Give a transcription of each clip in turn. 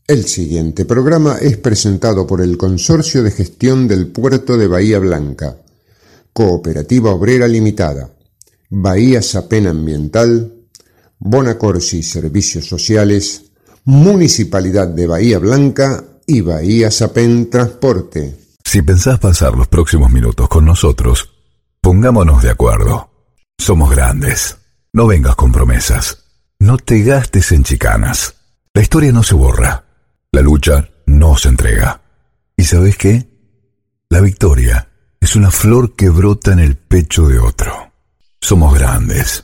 El siguiente programa es presentado por el Consorcio de Gestión del Puerto de Bahía Blanca, Cooperativa Obrera Limitada, Bahía Sapen Ambiental, Bonacorsi Servicios Sociales, Municipalidad de Bahía Blanca y Bahía Sapen Transporte. Si pensás pasar los próximos minutos con nosotros, pongámonos de acuerdo. Somos grandes. No vengas con promesas. No te gastes en chicanas. La historia no se borra. La lucha no se entrega. ¿Y sabés qué? La victoria es una flor que brota en el pecho de otro. Somos grandes.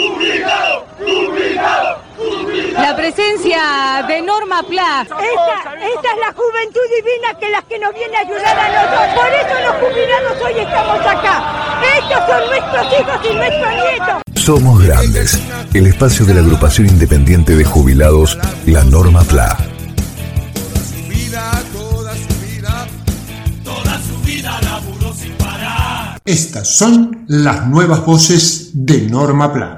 La presencia de Norma Pla. Esta es la juventud divina que nos viene a ayudar a nosotros. Por eso los jubilados hoy estamos acá. Estos son nuestros hijos y nuestros nietos. Somos grandes. El espacio de la agrupación independiente de jubilados, la Norma Pla. Toda su vida laburó sin parar. Estas son las nuevas voces de Norma Pla.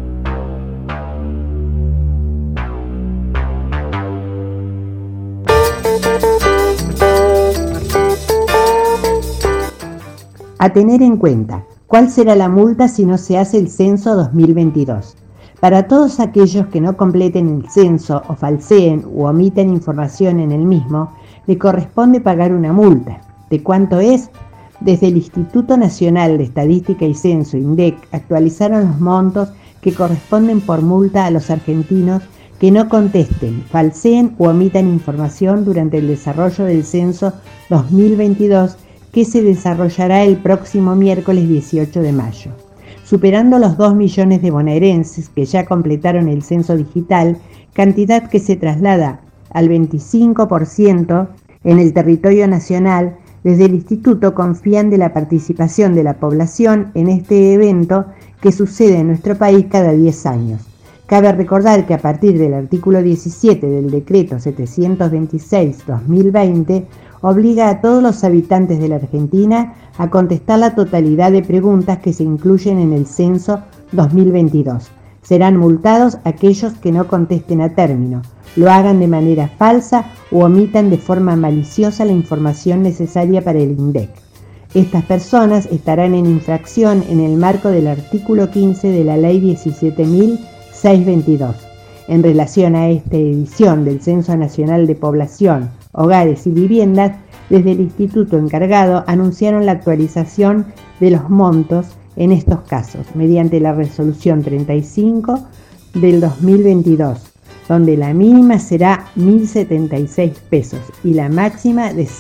A tener en cuenta, ¿cuál será la multa si no se hace el censo 2022? Para todos aquellos que no completen el censo o falseen u omiten información en el mismo, le corresponde pagar una multa. ¿De cuánto es? Desde el Instituto Nacional de Estadística y Censo, INDEC, actualizaron los montos que corresponden por multa a los argentinos que no contesten, falseen u omitan información durante el desarrollo del censo 2022, que se desarrollará el próximo miércoles 18 de mayo. Superando los 2 millones de bonaerenses que ya completaron el censo digital, cantidad que se traslada al 25% en el territorio nacional, desde el Instituto confían de la participación de la población en este evento que sucede en nuestro país cada 10 años. Cabe recordar que a partir del artículo 17 del decreto 726/2020, obliga a todos los habitantes de la Argentina a contestar la totalidad de preguntas que se incluyen en el censo 2022. Serán multados aquellos que no contesten a término, lo hagan de manera falsa o omitan de forma maliciosa la información necesaria para el INDEC. Estas personas estarán en infracción en el marco del artículo 15 de la Ley 17.622. En relación a esta edición del Censo Nacional de Población, Hogares y Viviendas, desde el instituto encargado anunciaron la actualización de los montos en estos casos mediante la resolución 35 del 2022, donde la mínima será 1.076 pesos y la máxima de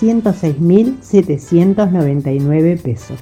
106.799 pesos.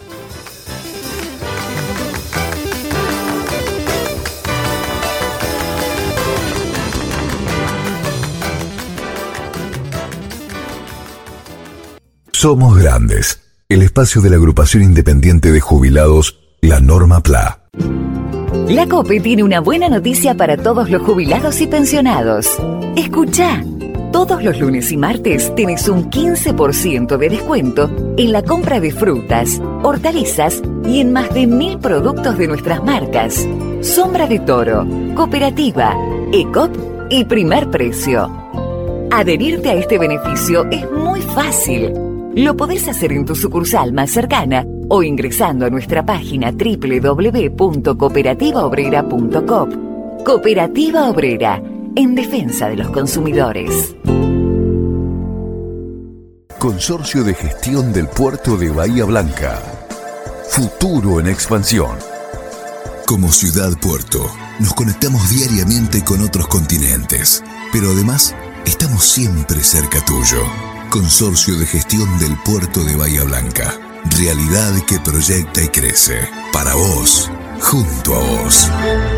Somos grandes. El espacio de la agrupación independiente de jubilados, la Norma Pla. La COPE tiene una buena noticia para todos los jubilados y pensionados. Escuchá. Todos los lunes y martes tenés un 15% de descuento en la compra de frutas, hortalizas y en más de 1.000 productos de nuestras marcas. Sombra de Toro, Cooperativa, ECOP y Primer Precio. Adherirte a este beneficio es muy fácil. Lo podés hacer en tu sucursal más cercana o ingresando a nuestra página www.cooperativaobrera.com. Cooperativa Obrera, en defensa de los consumidores. Consorcio de Gestión del Puerto de Bahía Blanca. Futuro en expansión. Como ciudad-puerto, nos conectamos diariamente con otros continentes, pero además estamos siempre cerca tuyo. Consorcio de Gestión del Puerto de Bahía Blanca. Realidad que proyecta y crece. Para vos, junto a vos.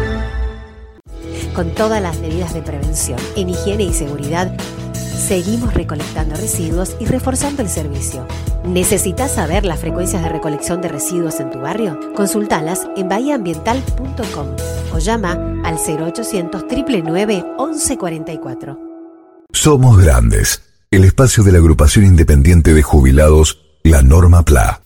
Con todas las medidas de prevención en higiene y seguridad, seguimos recolectando residuos y reforzando el servicio. ¿Necesitas saber las frecuencias de recolección de residuos en tu barrio? Consultalas en bahiaambiental.com o llama al 0800 999 1144. Somos grandes. El espacio de la agrupación independiente de jubilados, la Norma Pla.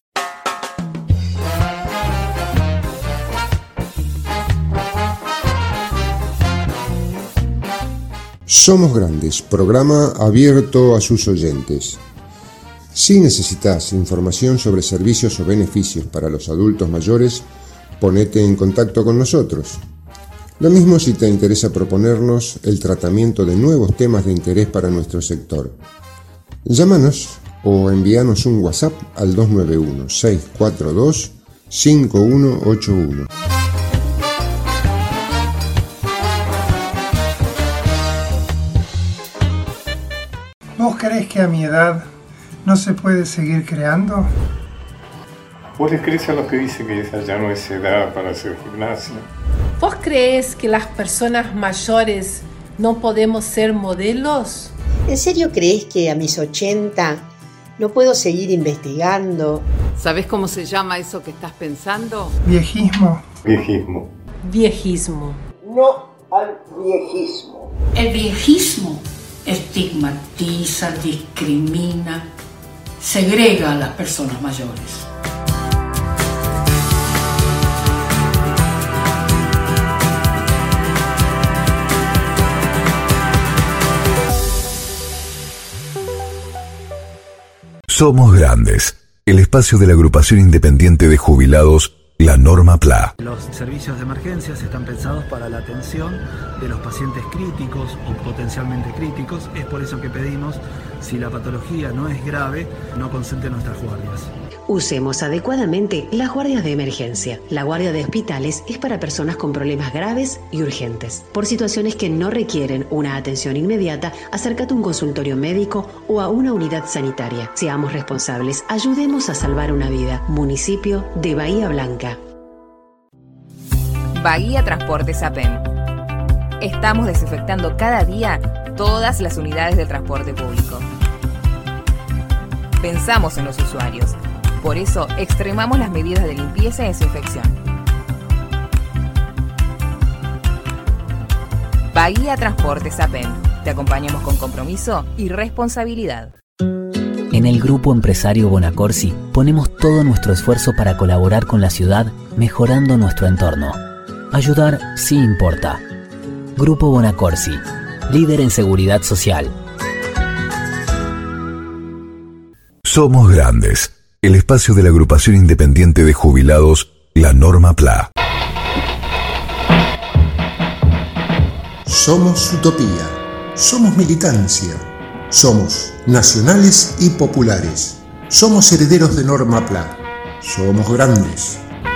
Somos Grandes, programa abierto a sus oyentes. Si necesitas información sobre servicios o beneficios para los adultos mayores, ponete en contacto con nosotros. Lo mismo si te interesa proponernos el tratamiento de nuevos temas de interés para nuestro sector. Llámanos o envíanos un WhatsApp al 291-642-5181. ¿Vos creés que a mi edad no se puede seguir creando? ¿Vos les crees a los que dicen que esa ya no es edad para hacer gimnasia? ¿Vos creés que las personas mayores no podemos ser modelos? ¿En serio creés que a mis 80 no puedo seguir investigando? ¿Sabés cómo se llama eso que estás pensando? Viejismo. Viejismo. Viejismo. No al viejismo. El viejismo estigmatiza, discrimina, segrega a las personas mayores. Somos Grandes, el espacio de la agrupación independiente de jubilados, la Norma PLA. Los servicios de emergencias están pensados para la atención de los pacientes críticos o potencialmente críticos. Es por eso que pedimos, si la patología no es grave, no concentren nuestras guardias. Usemos adecuadamente las guardias de emergencia. La guardia de hospitales es para personas con problemas graves y urgentes. Por situaciones que no requieren una atención inmediata, acércate a un consultorio médico o a una unidad sanitaria. Seamos responsables, ayudemos a salvar una vida. Municipio de Bahía Blanca. Bahía Transporte Sapem. Estamos desinfectando cada día todas las unidades de transporte público. Pensamos en los usuarios. Por eso, extremamos las medidas de limpieza y desinfección. Bahía Transporte Sapem. Te acompañamos con compromiso y responsabilidad. En el Grupo Empresario Bonacorsi ponemos todo nuestro esfuerzo para colaborar con la ciudad, mejorando nuestro entorno. Ayudar sí importa. Grupo Bonacorsi, líder en seguridad social. Somos Grandes, el espacio de la agrupación independiente de jubilados, la Norma PLA. Somos utopía, somos militancia, somos nacionales y populares, somos herederos de Norma PLA, somos Grandes.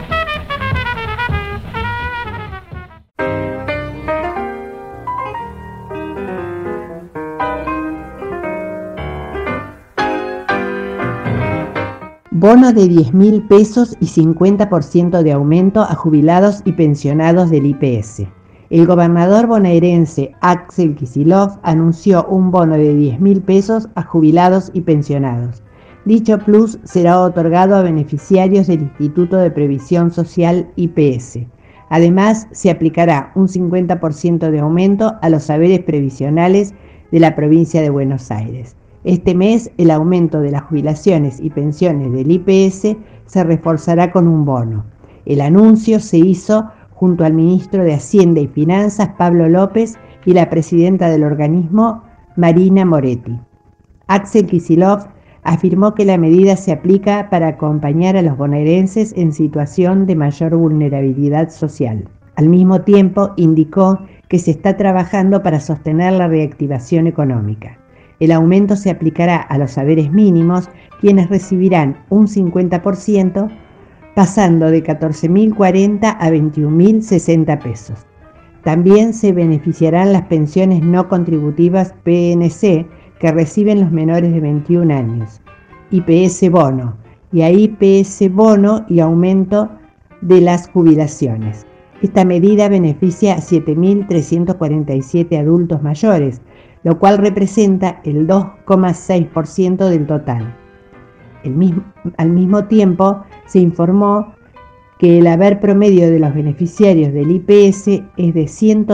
Bono de 10.000 pesos y 50% de aumento a jubilados y pensionados del IPS. El gobernador bonaerense Axel Kicillof anunció un bono de 10.000 pesos a jubilados y pensionados. Dicho plus será otorgado a beneficiarios del Instituto de Previsión Social IPS. Además, se aplicará un 50% de aumento a los saberes previsionales de la provincia de Buenos Aires. Este mes, el aumento de las jubilaciones y pensiones del IPS se reforzará con un bono. El anuncio se hizo junto al ministro de Hacienda y Finanzas, Pablo López, y la presidenta del organismo, Marina Moretti. Axel Kicillof afirmó que la medida se aplica para acompañar a los bonaerenses en situación de mayor vulnerabilidad social. Al mismo tiempo, indicó que se está trabajando para sostener la reactivación económica. El aumento se aplicará a los saberes mínimos, quienes recibirán un 50%, pasando de 14.040 a 21.060 pesos. También se beneficiarán las pensiones no contributivas PNC que reciben los menores de 21 años, IPS bono y a IPS bono y aumento de las jubilaciones. Esta medida beneficia a 7.347 adultos mayores, lo cual representa el 2,6% del total. Al mismo tiempo, se informó que el haber promedio de los beneficiarios del IPS es de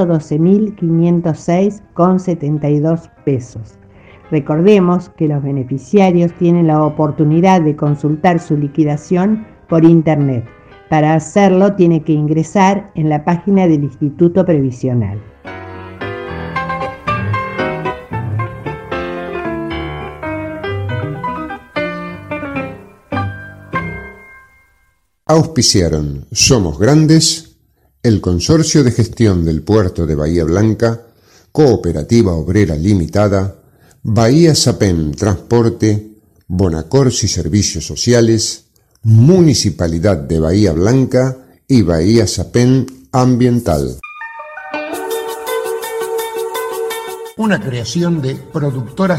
112.506,72 pesos. Recordemos que los beneficiarios tienen la oportunidad de consultar su liquidación por Internet. Para hacerlo, tiene que ingresar en la página del Instituto Previsional. Auspiciaron Somos Grandes, el Consorcio de Gestión del Puerto de Bahía Blanca, Cooperativa Obrera Limitada, Bahía Sapen Transporte, Bonacorsi Servicios Sociales, Municipalidad de Bahía Blanca y Bahía Sapen Ambiental. Una creación de Productora